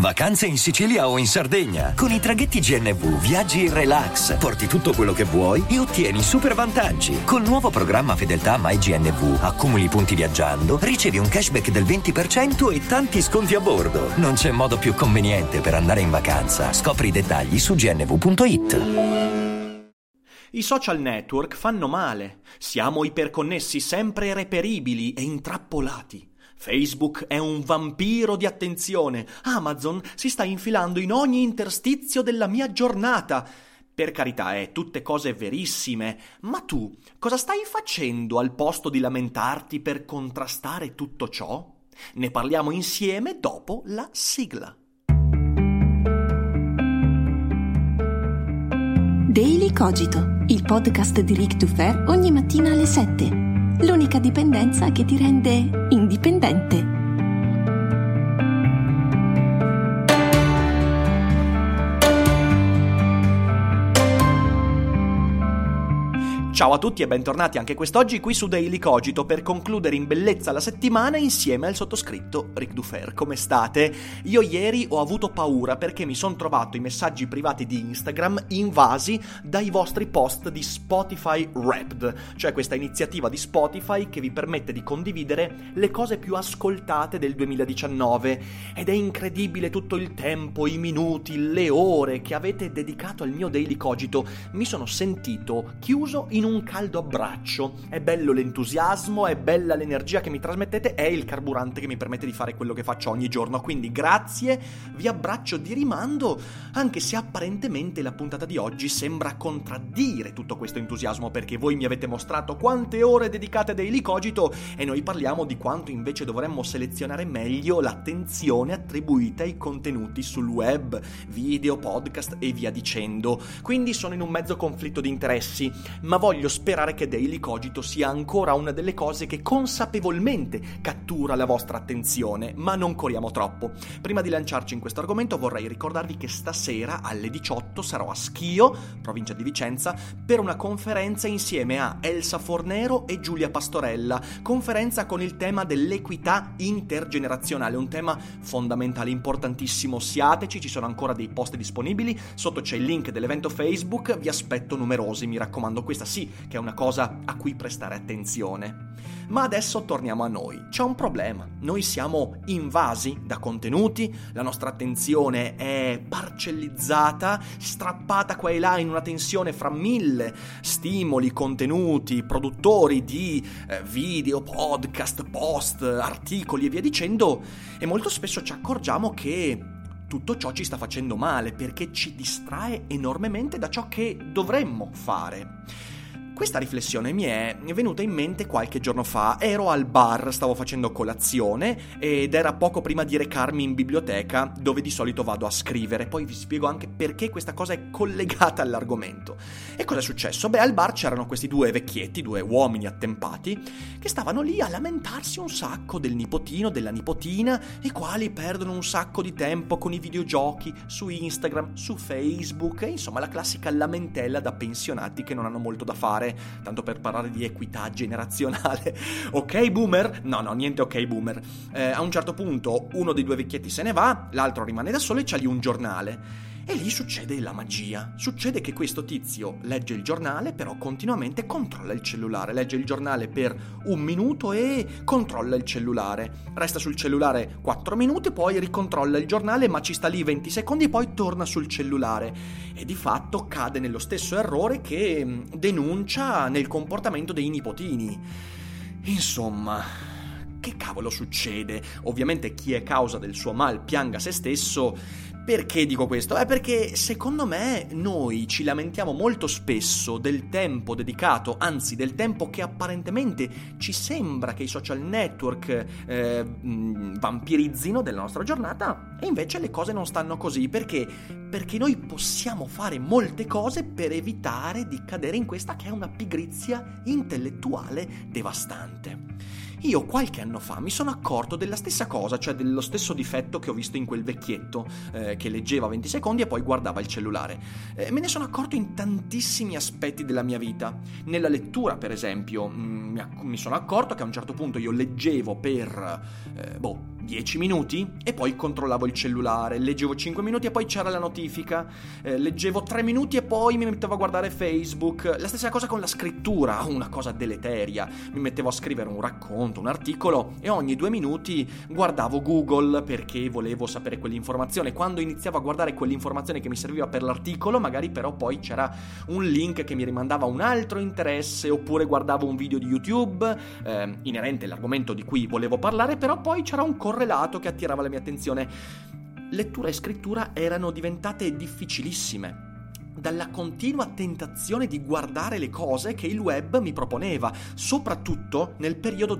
Vacanze in Sicilia o in Sardegna. Con i traghetti GNV viaggi in relax, porti tutto quello che vuoi e ottieni super vantaggi. Col nuovo programma Fedeltà MyGNV accumuli punti viaggiando, ricevi un cashback del 20% e tanti sconti a bordo. Non c'è modo più conveniente per andare in vacanza. Scopri i dettagli su gnv.it. I social network fanno male. Siamo iperconnessi, sempre reperibili e intrappolati. Facebook è un vampiro di attenzione. Amazon si sta infilando in ogni interstizio della mia giornata. Per carità, tutte cose verissime, ma tu cosa stai facendo al posto di lamentarti per contrastare tutto ciò? Ne parliamo insieme dopo la sigla. Daily Cogito, il podcast di Ric Dufer ogni mattina alle 7. L'unica dipendenza che ti rende indipendente. Ciao a tutti e bentornati anche quest'oggi qui su Daily Cogito per concludere in bellezza la settimana insieme al sottoscritto Ric Dufer. Come state? Io ieri ho avuto paura perché mi sono trovato i messaggi privati di Instagram invasi dai vostri post di Spotify Wrapped, cioè questa iniziativa di Spotify che vi permette di condividere le cose più ascoltate del 2019 ed è incredibile tutto il tempo, i minuti, le ore che avete dedicato al mio Daily Cogito. Mi sono sentito chiuso in un caldo abbraccio. È bello l'entusiasmo, è bella l'energia che mi trasmettete, è il carburante che mi permette di fare quello che faccio ogni giorno, quindi grazie, vi abbraccio di rimando, anche se apparentemente la puntata di oggi sembra contraddire tutto questo entusiasmo, perché voi mi avete mostrato quante ore dedicate a Daily Cogito e noi parliamo di quanto invece dovremmo selezionare meglio l'attenzione attribuita ai contenuti sul web, video, podcast e via dicendo. Quindi sono in un mezzo conflitto di interessi, ma voglio sperare che Daily Cogito sia ancora una delle cose che consapevolmente cattura la vostra attenzione, ma non corriamo troppo. Prima di lanciarci in questo argomento vorrei ricordarvi che stasera alle 18 sarò a Schio, provincia di Vicenza, per una conferenza insieme a Elsa Fornero e Giulia Pastorella, conferenza con il tema dell'equità intergenerazionale, un tema fondamentale, importantissimo. Siateci, ci sono ancora dei posti disponibili, sotto c'è il link dell'evento Facebook, vi aspetto numerosi, mi raccomando, questa sì che è una cosa a cui prestare attenzione. Ma adesso torniamo a noi. C'è un problema. Noi siamo invasi da contenuti, la nostra attenzione è parcellizzata, strappata qua e là in una tensione fra 1000 stimoli, contenuti, produttori di video, podcast, post, articoli e via dicendo, e molto spesso ci accorgiamo che tutto ciò ci sta facendo male perché ci distrae enormemente da ciò che dovremmo fare. Questa riflessione mi è venuta in mente qualche giorno fa. Ero al bar, stavo facendo colazione ed era poco prima di recarmi in biblioteca dove di solito vado a scrivere. Poi vi spiego anche perché questa cosa è collegata all'argomento. E cosa è successo? Al bar c'erano questi due vecchietti, due uomini attempati, che stavano lì a lamentarsi un sacco del nipotino, della nipotina, i quali perdono un sacco di tempo con i videogiochi su Instagram, su Facebook, e insomma la classica lamentela da pensionati che non hanno molto da fare. Tanto per parlare di equità generazionale. Ok boomer? No, niente ok boomer. A un certo punto uno dei due vecchietti se ne va, l'altro rimane da solo e c'ha lì un giornale. E lì succede la magia. Succede che questo tizio legge il giornale, però continuamente controlla il cellulare. Legge il giornale per 1 minuto e controlla il cellulare. Resta sul cellulare 4 minuti, poi ricontrolla il giornale, ma ci sta lì 20 secondi e poi torna sul cellulare. E di fatto cade nello stesso errore che denuncia nel comportamento dei nipotini. Insomma, che cavolo succede? Ovviamente chi è causa del suo mal pianga se stesso. Perché dico questo? Perché secondo me noi ci lamentiamo molto spesso del tempo dedicato, anzi del tempo che apparentemente ci sembra che i social network vampirizzino della nostra giornata, e invece le cose non stanno così. Perché? Perché noi possiamo fare molte cose per evitare di cadere in questa che è una pigrizia intellettuale devastante. Io qualche anno fa mi sono accorto della stessa cosa, cioè dello stesso difetto che ho visto in quel vecchietto che leggeva 20 secondi e poi guardava il cellulare. Me ne sono accorto in tantissimi aspetti della mia vita. Nella lettura, per esempio, mi sono accorto che a un certo punto io leggevo per 10 minuti e poi controllavo il cellulare, leggevo 5 minuti e poi c'era la notifica, leggevo 3 minuti e poi mi mettevo a guardare Facebook. La stessa cosa con la scrittura, una cosa deleteria. Mi mettevo a scrivere un racconto, un articolo e ogni 2 minuti guardavo Google perché volevo sapere quell'informazione. Quando iniziavo a guardare quell'informazione che mi serviva per l'articolo, magari però poi c'era un link che mi rimandava a un altro interesse, oppure guardavo un video di YouTube inerente all'argomento di cui volevo parlare, però poi c'era un correlato che attirava la mia attenzione. Lettura e scrittura erano diventate difficilissime dalla continua tentazione di guardare le cose che il web mi proponeva, soprattutto nel periodo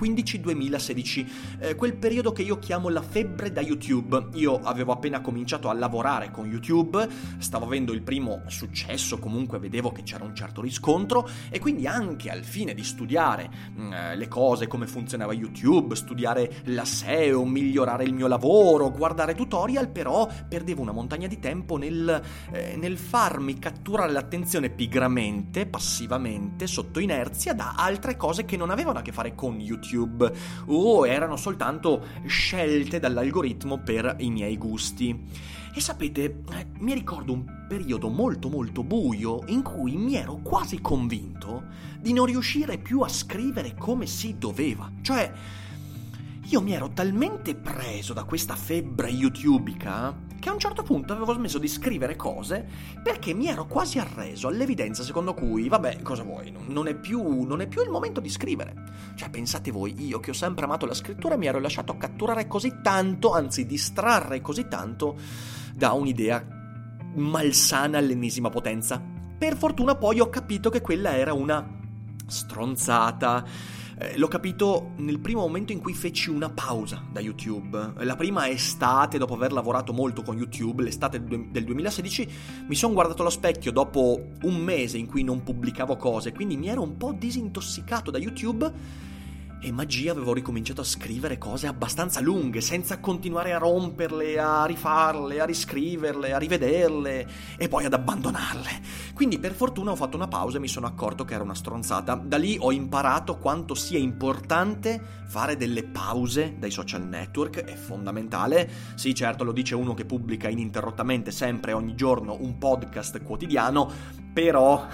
2015-2016, quel periodo che io chiamo la febbre da YouTube. Io avevo appena cominciato a lavorare con YouTube, stavo avendo il primo successo, comunque vedevo che c'era un certo riscontro, e quindi anche al fine di studiare le cose, come funzionava YouTube, studiare la SEO, migliorare il mio lavoro, guardare tutorial, però perdevo una montagna di tempo nel farmi catturare l'attenzione pigramente, passivamente, sotto inerzia, da altre cose che non avevano a che fare con YouTube o erano soltanto scelte dall'algoritmo per i miei gusti. E sapete, mi ricordo un periodo molto molto buio in cui mi ero quasi convinto di non riuscire più a scrivere come si doveva. Cioè, io mi ero talmente preso da questa febbre youtubica che a un certo punto avevo smesso di scrivere cose perché mi ero quasi arreso all'evidenza secondo cui, vabbè, cosa vuoi, non è più il momento di scrivere. Cioè, pensate voi, io che ho sempre amato la scrittura mi ero lasciato catturare così tanto, anzi distrarre così tanto da un'idea malsana all'ennesima potenza. Per fortuna poi ho capito che quella era una stronzata. L'ho capito nel primo momento in cui feci una pausa da YouTube. La prima estate, dopo aver lavorato molto con YouTube, l'estate del 2016, mi sono guardato allo specchio dopo un mese in cui non pubblicavo cose, quindi mi ero un po' disintossicato da YouTube e magia, avevo ricominciato a scrivere cose abbastanza lunghe, senza continuare a romperle, a rifarle, a riscriverle, a rivederle e poi ad abbandonarle. Quindi per fortuna ho fatto una pausa e mi sono accorto che era una stronzata. Da lì ho imparato quanto sia importante fare delle pause dai social network, è fondamentale. Sì, certo, lo dice uno che pubblica ininterrottamente sempre ogni giorno un podcast quotidiano, però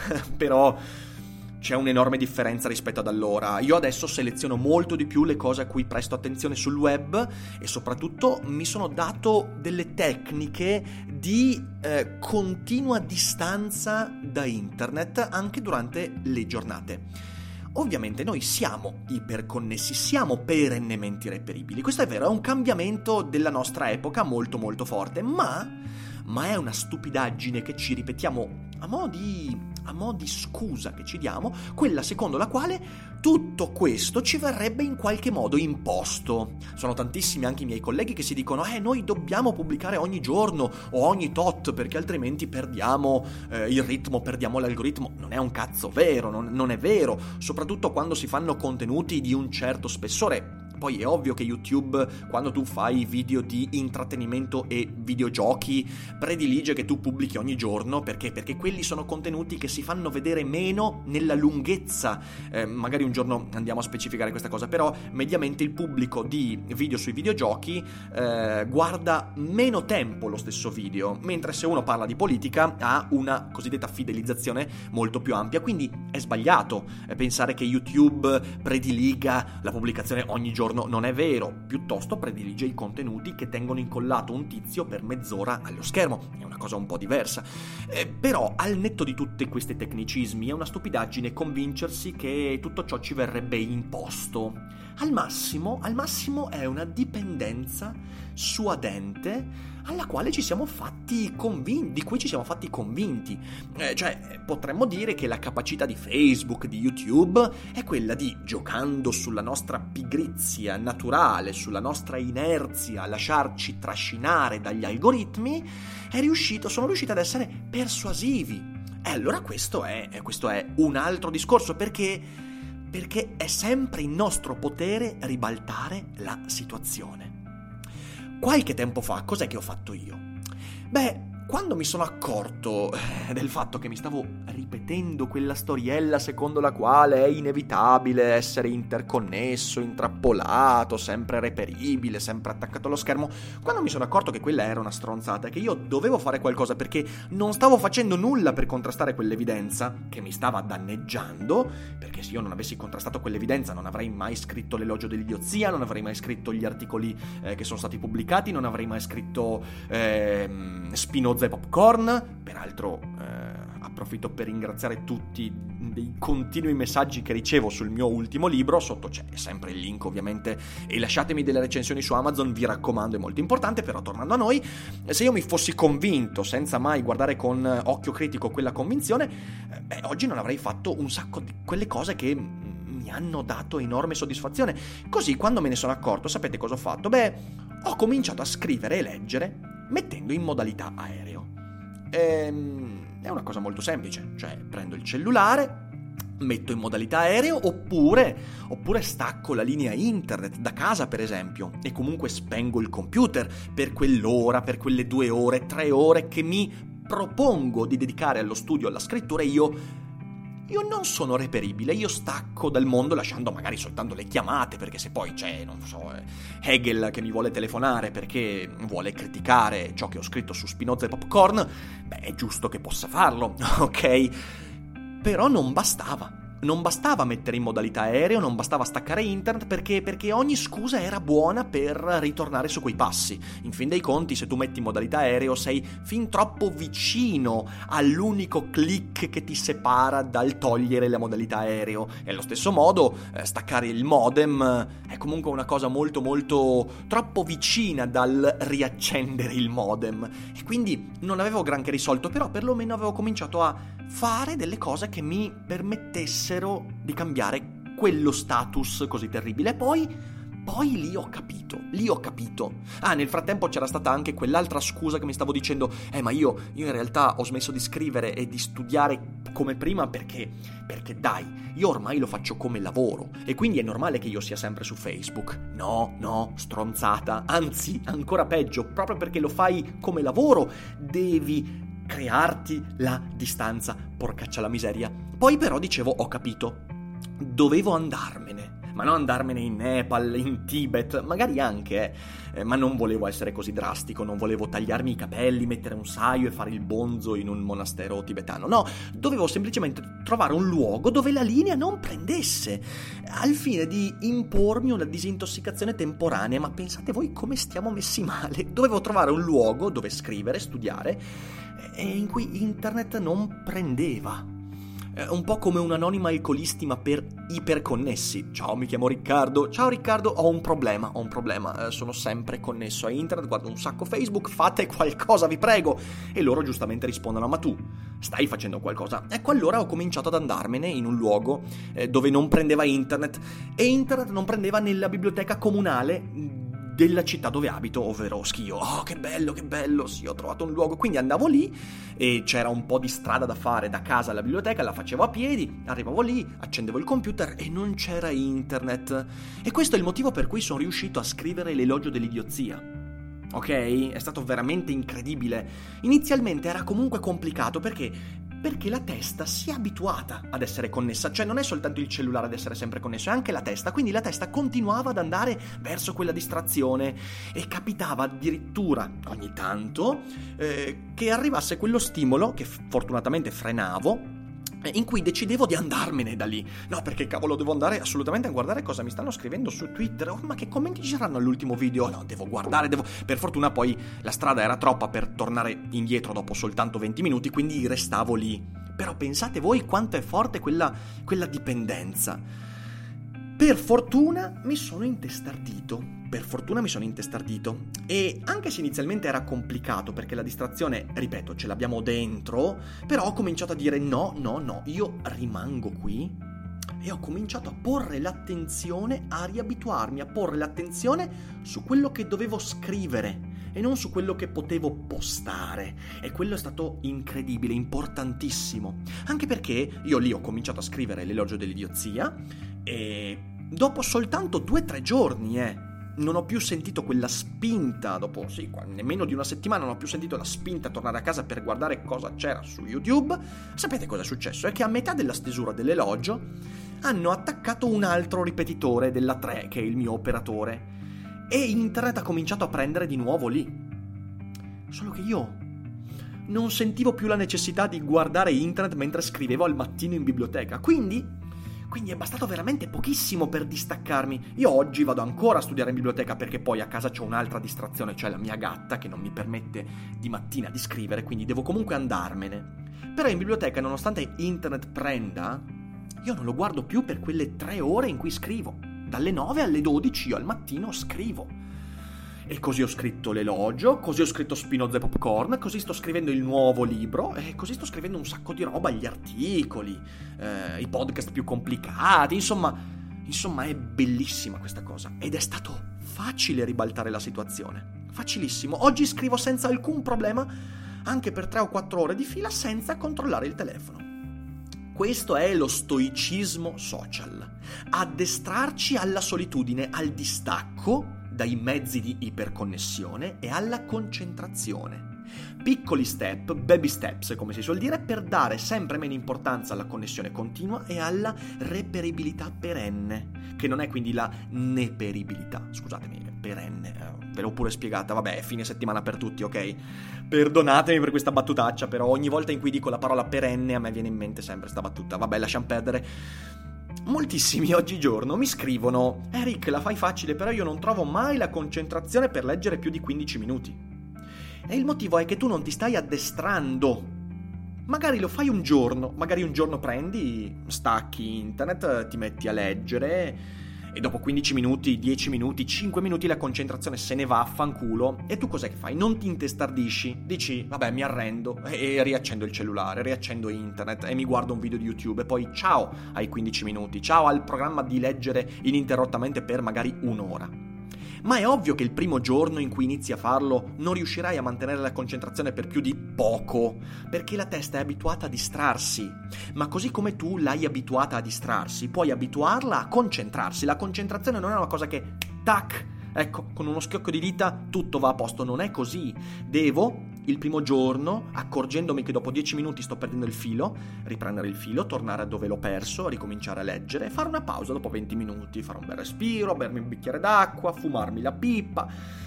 c'è un'enorme differenza rispetto ad allora. Io adesso seleziono molto di più le cose a cui presto attenzione sul web e soprattutto mi sono dato delle tecniche di continua distanza da internet anche durante le giornate. Ovviamente noi siamo iperconnessi, siamo perennemente irreperibili. Questo è vero, è un cambiamento della nostra epoca molto molto forte, ma è una stupidaggine che ci ripetiamo a mo' di scusa che ci diamo, quella secondo la quale tutto questo ci verrebbe in qualche modo imposto. Sono tantissimi anche i miei colleghi che si dicono noi dobbiamo pubblicare ogni giorno o ogni tot perché altrimenti perdiamo il ritmo, perdiamo l'algoritmo. Non è un cazzo vero, non è vero, soprattutto quando si fanno contenuti di un certo spessore. Poi è ovvio che YouTube, quando tu fai video di intrattenimento e videogiochi, predilige che tu pubblichi ogni giorno, perché quelli sono contenuti che si fanno vedere meno nella lunghezza. Magari un giorno andiamo a specificare questa cosa, però mediamente il pubblico di video sui videogiochi guarda meno tempo lo stesso video, mentre se uno parla di politica ha una cosiddetta fidelizzazione molto più ampia. Quindi è sbagliato pensare che YouTube prediliga la pubblicazione ogni giorno. Non è vero, piuttosto predilige i contenuti che tengono incollato un tizio per mezz'ora allo schermo. È una cosa un po' diversa. Però al netto di tutti questi tecnicismi è una stupidaggine convincersi che tutto ciò ci verrebbe imposto. Al massimo è una dipendenza suadente alla quale ci siamo fatti convinti, di cui ci siamo fatti convinti. Cioè, potremmo dire che la capacità di Facebook, di YouTube, è quella di, giocando sulla nostra pigrizia naturale, sulla nostra inerzia, lasciarci trascinare dagli algoritmi, sono riusciti ad essere persuasivi. E allora questo è un altro discorso, perché è sempre in nostro potere ribaltare la situazione. Qualche tempo fa, cos'è che ho fatto io? quando mi sono accorto del fatto che mi stavo ripetendo quella storiella secondo la quale è inevitabile essere interconnesso, intrappolato, sempre reperibile, sempre attaccato allo schermo, quando mi sono accorto che quella era una stronzata e che io dovevo fare qualcosa perché non stavo facendo nulla per contrastare quell'evidenza che mi stava danneggiando, perché se io non avessi contrastato quell'evidenza non avrei mai scritto l'elogio dell'idiozia, non avrei mai scritto gli articoli che sono stati pubblicati, non avrei mai scritto Spinoza e Popcorn. Peraltro approfitto per ringraziare tutti dei continui messaggi che ricevo sul mio ultimo libro. Sotto c'è sempre il link ovviamente, e lasciatemi delle recensioni su Amazon, vi raccomando, è molto importante. Però tornando a noi, se io mi fossi convinto senza mai guardare con occhio critico quella convinzione, oggi non avrei fatto un sacco di quelle cose che mi hanno dato enorme soddisfazione. Così, quando me ne sono accorto, sapete cosa ho fatto? Ho cominciato a scrivere e leggere mettendo in modalità aereo. È una cosa molto semplice, cioè prendo il cellulare, metto in modalità aereo, oppure stacco la linea internet da casa, per esempio, e comunque spengo il computer per quell'ora, per quelle 2 ore, 3 ore che mi propongo di dedicare allo studio, alla scrittura. Io non sono reperibile, io stacco dal mondo lasciando magari soltanto le chiamate, perché se poi c'è, non so, Hegel che mi vuole telefonare perché vuole criticare ciò che ho scritto su Spinoza e Popcorn, è giusto che possa farlo, ok? Però non bastava mettere in modalità aereo, non bastava staccare internet, perché ogni scusa era buona per ritornare su quei passi. In fin dei conti, se tu metti in modalità aereo sei fin troppo vicino all'unico click che ti separa dal togliere la modalità aereo. E allo stesso modo staccare il modem è comunque una cosa molto molto troppo vicina dal riaccendere il modem, e quindi non avevo granché risolto, però perlomeno avevo cominciato a fare delle cose che mi permettessero di cambiare quello status così terribile. Poi lì ho capito. Nel frattempo c'era stata anche quell'altra scusa che mi stavo dicendo, ma io in realtà ho smesso di scrivere e di studiare come prima perché dai, io ormai lo faccio come lavoro e quindi è normale che io sia sempre su Facebook. No, stronzata, anzi, ancora peggio, proprio perché lo fai come lavoro devi crearti la distanza, porcaccia la miseria. Poi però dicevo, ho capito, dovevo andarmene, ma non andarmene in Nepal, in Tibet, magari anche, ma non volevo essere così drastico, non volevo tagliarmi i capelli, mettere un saio e fare il bonzo in un monastero tibetano, no, dovevo semplicemente trovare un luogo dove la linea non prendesse, al fine di impormi una disintossicazione temporanea. Ma pensate voi come stiamo messi male? Dovevo trovare un luogo dove scrivere, studiare, e in cui internet non prendeva. Un po' come un'anonima alcolistima per iperconnessi. Ciao, mi chiamo Riccardo. Ciao Riccardo, ho un problema. Sono sempre connesso a internet, guardo un sacco Facebook, fate qualcosa, vi prego. E loro giustamente rispondono, ma tu stai facendo qualcosa? Ecco, allora ho cominciato ad andarmene in un luogo dove non prendeva internet, e internet non prendeva nella biblioteca comunale della città dove abito, ovvero Schio. Oh, che bello, sì, ho trovato un luogo. Quindi andavo lì e c'era un po' di strada da fare da casa alla biblioteca, la facevo a piedi, arrivavo lì, accendevo il computer e non c'era internet. E questo è il motivo per cui sono riuscito a scrivere l'elogio dell'idiozia. Ok? È stato veramente incredibile. Inizialmente era comunque complicato perché la testa si è abituata ad essere connessa, cioè non è soltanto il cellulare ad essere sempre connesso, è anche la testa, quindi la testa continuava ad andare verso quella distrazione e capitava addirittura ogni tanto che arrivasse quello stimolo, che fortunatamente frenavo, in cui decidevo di andarmene da lì. No, perché cavolo, devo andare assolutamente a guardare cosa mi stanno scrivendo su Twitter. Oh, ma che commenti ci saranno all'ultimo video? No, devo guardare. Per fortuna poi la strada era troppa per tornare indietro dopo soltanto 20 minuti, quindi restavo lì. Però pensate voi quanto è forte quella dipendenza. Per fortuna mi sono intestardito. E anche se inizialmente era complicato perché la distrazione, ripeto, ce l'abbiamo dentro, però ho cominciato a dire no, io rimango qui, e ho cominciato a porre l'attenzione, a riabituarmi a porre l'attenzione su quello che dovevo scrivere e non su quello che potevo postare. E quello è stato incredibile, importantissimo, anche perché io lì ho cominciato a scrivere l'elogio dell'idiozia e dopo soltanto 2 o 3 giorni non ho più sentito quella spinta, dopo nemmeno di una settimana non ho più sentito la spinta a tornare a casa per guardare cosa c'era su YouTube. Sapete cosa è successo? È che a metà della stesura dell'elogio hanno attaccato un altro ripetitore della 3, che è il mio operatore, e internet ha cominciato a prendere di nuovo lì. Solo che io non sentivo più la necessità di guardare internet mentre scrivevo al mattino in biblioteca, quindi è bastato veramente pochissimo per distaccarmi. Io oggi vado ancora a studiare in biblioteca perché poi a casa c'ho un'altra distrazione, cioè la mia gatta che non mi permette di mattina di scrivere, quindi devo comunque andarmene. Però in biblioteca, nonostante internet prenda, io non lo guardo più per quelle 3 ore in cui scrivo. Dalle 9 alle 12 io al mattino scrivo. E così ho scritto l'elogio, così ho scritto Spinoza e Popcorn, così sto scrivendo il nuovo libro, e così sto scrivendo un sacco di roba, gli articoli, i podcast più complicati, insomma è bellissima questa cosa. Ed è stato facile ribaltare la situazione, facilissimo. Oggi scrivo senza alcun problema, anche per 3 o 4 ore di fila, senza controllare il telefono. Questo è lo stoicismo social. Addestrarci alla solitudine, al distacco dai mezzi di iperconnessione e alla concentrazione. Piccoli step, baby steps, come si suol dire, per dare sempre meno importanza alla connessione continua e alla reperibilità perenne, che non è quindi la neperibilità, scusatemi, perenne, ve l'ho pure spiegata, vabbè, è fine settimana per tutti, ok? Perdonatemi per questa battutaccia, però ogni volta in cui dico la parola perenne a me viene in mente sempre sta battuta, vabbè, lasciamo perdere. Moltissimi oggigiorno mi scrivono: Eric, la fai facile, però io non trovo mai la concentrazione per leggere più di 15 minuti. E il motivo è che tu non ti stai addestrando. Magari lo fai un giorno, magari un giorno prendi, stacchi internet, ti metti a leggere e dopo 15 minuti, 10 minuti, 5 minuti la concentrazione se ne va a fanculo, e tu cos'è che fai? Non ti intestardisci, dici vabbè mi arrendo e riaccendo il cellulare, riaccendo internet e mi guardo un video di YouTube e poi ciao ai 15 minuti, ciao al programma di leggere ininterrottamente per magari un'ora. Ma è ovvio che il primo giorno in cui inizi a farlo non riuscirai a mantenere la concentrazione per più di poco, perché la testa è abituata a distrarsi. Ma così come tu l'hai abituata a distrarsi, puoi abituarla a concentrarsi. La concentrazione non è una cosa che, tac, ecco, con uno schiocco di dita tutto va a posto. Non è così. Devo, il primo giorno, accorgendomi che dopo 10 minuti sto perdendo il filo, riprendere il filo, tornare a dove l'ho perso, ricominciare a leggere, fare una pausa dopo 20 minuti, fare un bel respiro, bermi un bicchiere d'acqua, fumarmi la pipa,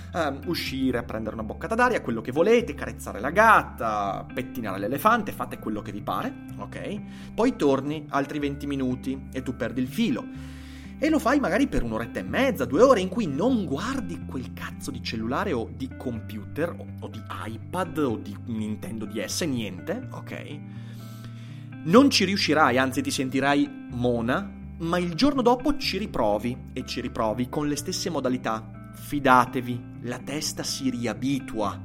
uscire, prendere una boccata d'aria, quello che volete, carezzare la gatta, pettinare l'elefante, fate quello che vi pare, ok? Poi torni altri 20 minuti e tu perdi il filo. E lo fai magari per 1 oretta e mezza, 2 ore in cui non guardi quel cazzo di cellulare o di computer o di iPad o di Nintendo DS, niente, ok? Non ci riuscirai, anzi ti sentirai mona, ma il giorno dopo ci riprovi e ci riprovi con le stesse modalità. Fidatevi, la testa si riabitua.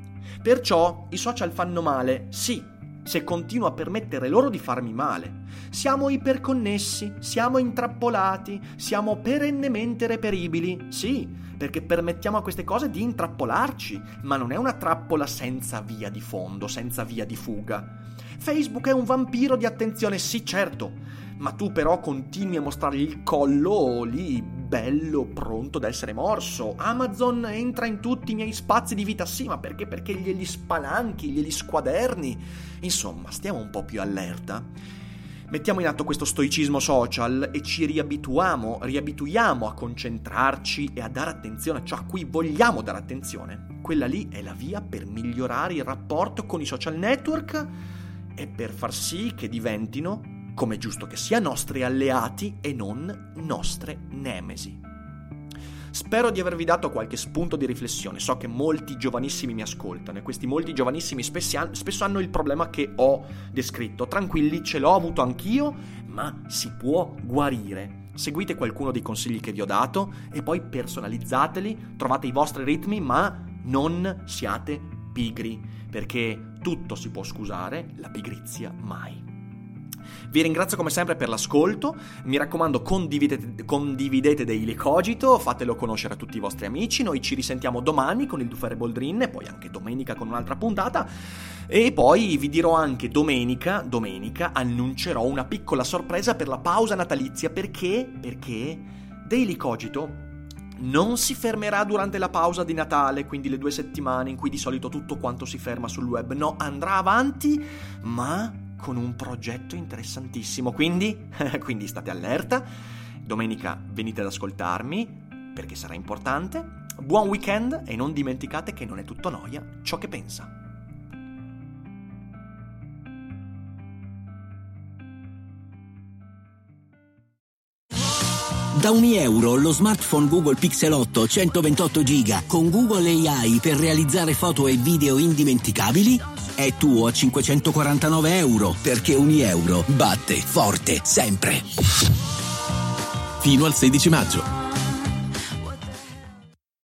Perciò i social fanno male, sì, se continuo a permettere loro di farmi male. Siamo iperconnessi, siamo intrappolati, siamo perennemente reperibili, sì, perché permettiamo a queste cose di intrappolarci, ma non è una trappola senza via di fondo, senza via di fuga. Facebook è un vampiro di attenzione, sì certo, ma tu però continui a mostrargli il collo lì, bello, pronto da essere morso. Amazon entra in tutti i miei spazi di vita, sì, ma perché? Perché glieli spalanchi, glieli squaderni. Insomma, stiamo un po' più allerta. Mettiamo in atto questo stoicismo social e ci riabituiamo a concentrarci e a dare attenzione a ciò a cui vogliamo dare attenzione. Quella lì è la via per migliorare il rapporto con i social network e per far sì che diventino, come è giusto che sia, nostri alleati e non nostre nemesi. Spero di avervi dato qualche spunto di riflessione. So che molti giovanissimi mi ascoltano e questi molti giovanissimi spesso hanno il problema che ho descritto. Tranquilli, ce l'ho avuto anch'io, ma si può guarire. Seguite qualcuno dei consigli che vi ho dato e poi personalizzateli, trovate i vostri ritmi, ma non siate pigri, perché tutto si può scusare, la pigrizia mai. Vi ringrazio come sempre per l'ascolto, mi raccomando condividete Daily Cogito, fatelo conoscere a tutti i vostri amici, noi ci risentiamo domani con il Dufer e Boldrin e poi anche domenica con un'altra puntata e poi vi dirò anche domenica annuncerò una piccola sorpresa per la pausa natalizia perché Daily Cogito non si fermerà durante la pausa di Natale, quindi le 2 settimane in cui di solito tutto quanto si ferma sul web. No, andrà avanti, ma con un progetto interessantissimo. Quindi state allerta. Domenica venite ad ascoltarmi, perché sarà importante. Buon weekend e non dimenticate che non è tutto noia ciò che pensa. Da €1 lo smartphone Google Pixel 8 128 GB con Google AI per realizzare foto e video indimenticabili è tuo a €549, perché €1 batte forte sempre. Fino al 16 maggio.